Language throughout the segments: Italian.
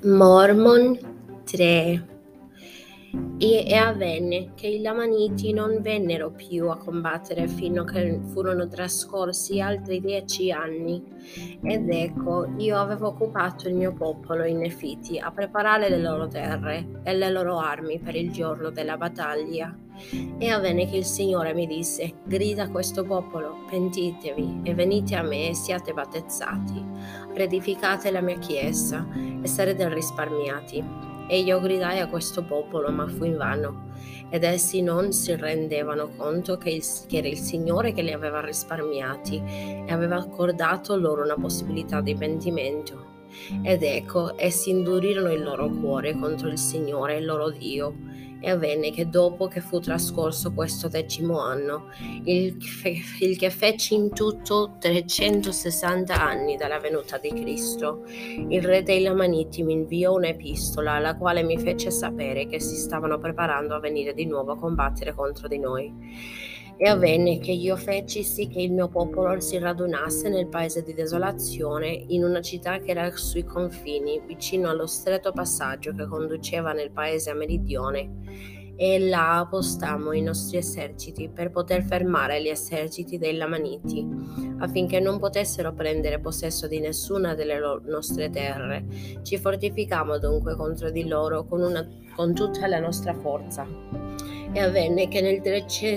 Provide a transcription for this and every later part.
Mormon 3. E avvenne che i Lamaniti non vennero più a combattere fino a che furono trascorsi altri 10 anni. Ed ecco, io avevo occupato il mio popolo i Nefiti a preparare le loro terre e le loro armi per il giorno della battaglia. E avvenne che il Signore mi disse: grida a questo popolo, pentitevi e venite a me e siate battezzati, reedificate la mia chiesa e sarete risparmiati. E io gridai a questo popolo, ma fu invano, ed essi non si rendevano conto che era il Signore che li aveva risparmiati e aveva accordato loro una possibilità di pentimento. Ed ecco, essi indurirono il loro cuore contro il Signore, il loro Dio. E avvenne che dopo che fu trascorso questo 10° anno, il che fece in tutto 360 anni dalla venuta di Cristo, il re dei Lamaniti mi inviò un'epistola alla quale mi fece sapere che si stavano preparando a venire di nuovo a combattere contro di noi. E avvenne che io feci sì che il mio popolo si radunasse nel paese di desolazione, in una città che era sui confini, vicino allo stretto passaggio che conduceva nel paese a meridione, e là appostammo i nostri eserciti per poter fermare gli eserciti dei Lamaniti, affinché non potessero prendere possesso di nessuna delle nostre terre. Ci fortificammo dunque contro di loro con tutta la nostra forza. E avvenne che nel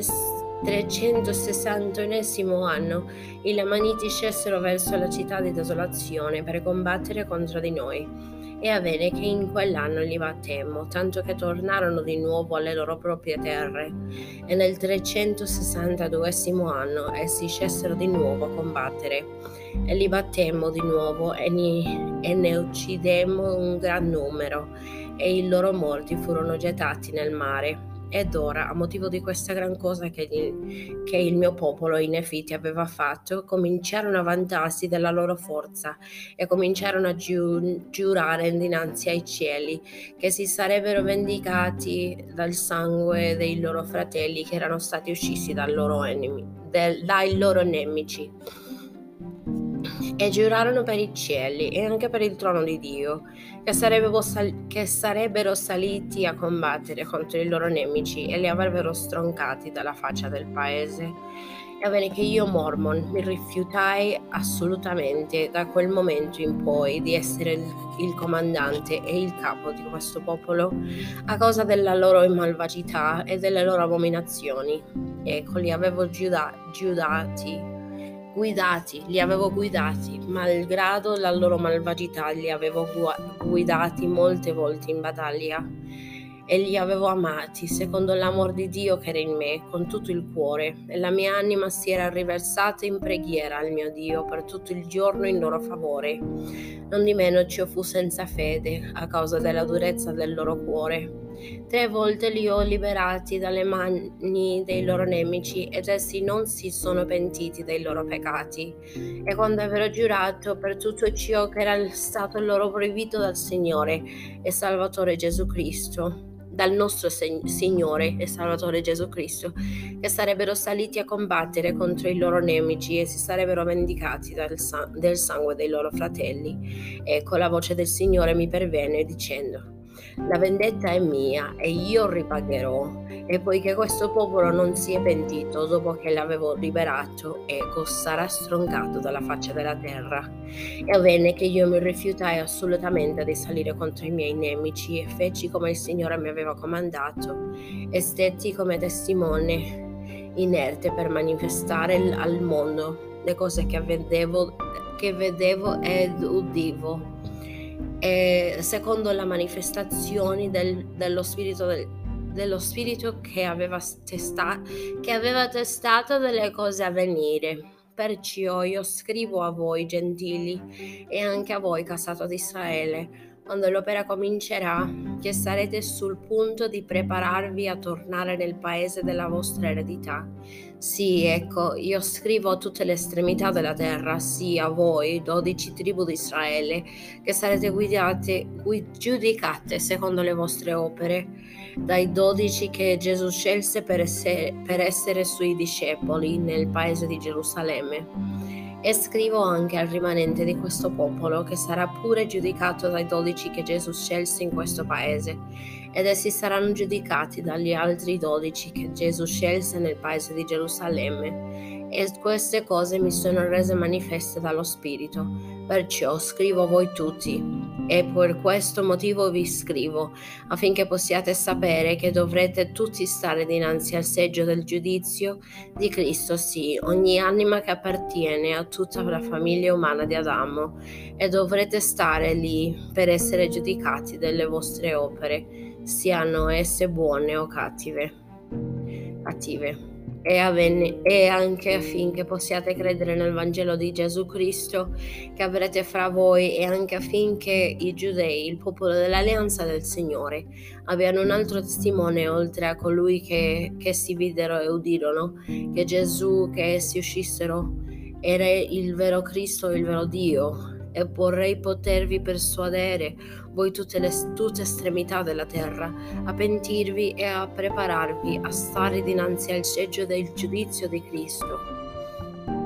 361 anno i Lamaniti scesero verso la città di desolazione per combattere contro di noi. E avvenne che in quell'anno li battemmo, tanto che tornarono di nuovo alle loro proprie terre. E nel 362 anno essi scesero di nuovo a combattere. E li battemmo di nuovo e ne uccidemmo un gran numero, e i loro morti furono gettati nel mare. Ed ora, a motivo di questa gran cosa che il mio popolo, i Nefiti, aveva fatto, cominciarono a vantarsi della loro forza e cominciarono a giurare dinanzi ai cieli che si sarebbero vendicati dal sangue dei loro fratelli che erano stati uccisi dai loro nemici. E giurarono per i cieli e anche per il trono di Dio che sarebbero saliti a combattere contro i loro nemici e li avrebbero stroncati dalla faccia del paese. E avvenne che io, Mormon, mi rifiutai assolutamente da quel momento in poi di essere il comandante e il capo di questo popolo a causa della loro malvagità e delle loro abominazioni. Ecco, li avevo li avevo guidati, malgrado la loro malvagità, li avevo guidati molte volte in battaglia e li avevo amati secondo l'amor di Dio che era in me, con tutto il cuore, e la mia anima si era riversata in preghiera al mio Dio per tutto il giorno in loro favore. Nondimeno ciò fu senza fede, a causa della durezza del loro cuore. 3 volte li ho liberati dalle mani dei loro nemici ed essi non si sono pentiti dei loro peccati. E quando avevano giurato per tutto ciò che era stato loro proibito dal Signore e Salvatore Gesù Cristo, dal nostro Signore e Salvatore Gesù Cristo, che sarebbero saliti a combattere contro i loro nemici e si sarebbero vendicati del sangue dei loro fratelli. Ecco, la voce del Signore mi pervenne dicendo: la vendetta è mia e io ripagherò. E poiché questo popolo non si è pentito dopo che l'avevo liberato, ecco, sarà stroncato dalla faccia della terra. E avvenne che io mi rifiutai assolutamente di salire contro i miei nemici e feci come il Signore mi aveva comandato e stetti come testimone inerte per manifestare al mondo le cose che vedevo ed udivo, e secondo le manifestazioni dello Spirito che aveva testato delle cose a venire. Perciò io scrivo a voi gentili e anche a voi casato di Israele, quando l'opera comincerà, che sarete sul punto di prepararvi a tornare nel paese della vostra eredità. Sì, ecco, io scrivo a tutte le estremità della terra, sì, a voi, 12 tribù di Israele, che sarete giudicate secondo le vostre opere, dai 12 che Gesù scelse per essere suoi discepoli nel paese di Gerusalemme. E scrivo anche al rimanente di questo popolo, che sarà pure giudicato dai 12 che Gesù scelse in questo paese, ed essi saranno giudicati dagli altri 12 che Gesù scelse nel paese di Gerusalemme. E queste cose mi sono rese manifeste dallo Spirito. Perciò scrivo a voi tutti, e per questo motivo vi scrivo, affinché possiate sapere che dovrete tutti stare dinanzi al seggio del giudizio di Cristo, sì, ogni anima che appartiene a tutta la famiglia umana di Adamo, e dovrete stare lì per essere giudicati delle vostre opere, siano esse buone o cattive. E anche affinché possiate credere nel Vangelo di Gesù Cristo che avrete fra voi, e anche affinché i giudei, il popolo dell'alleanza del Signore, abbiano un altro testimone oltre a colui che si videro e udirono, che Gesù che essi uscissero era il vero Cristo, il vero Dio. E vorrei potervi persuadere, voi tutte estremità della terra, a pentirvi e a prepararvi a stare dinanzi al seggio del giudizio di Cristo.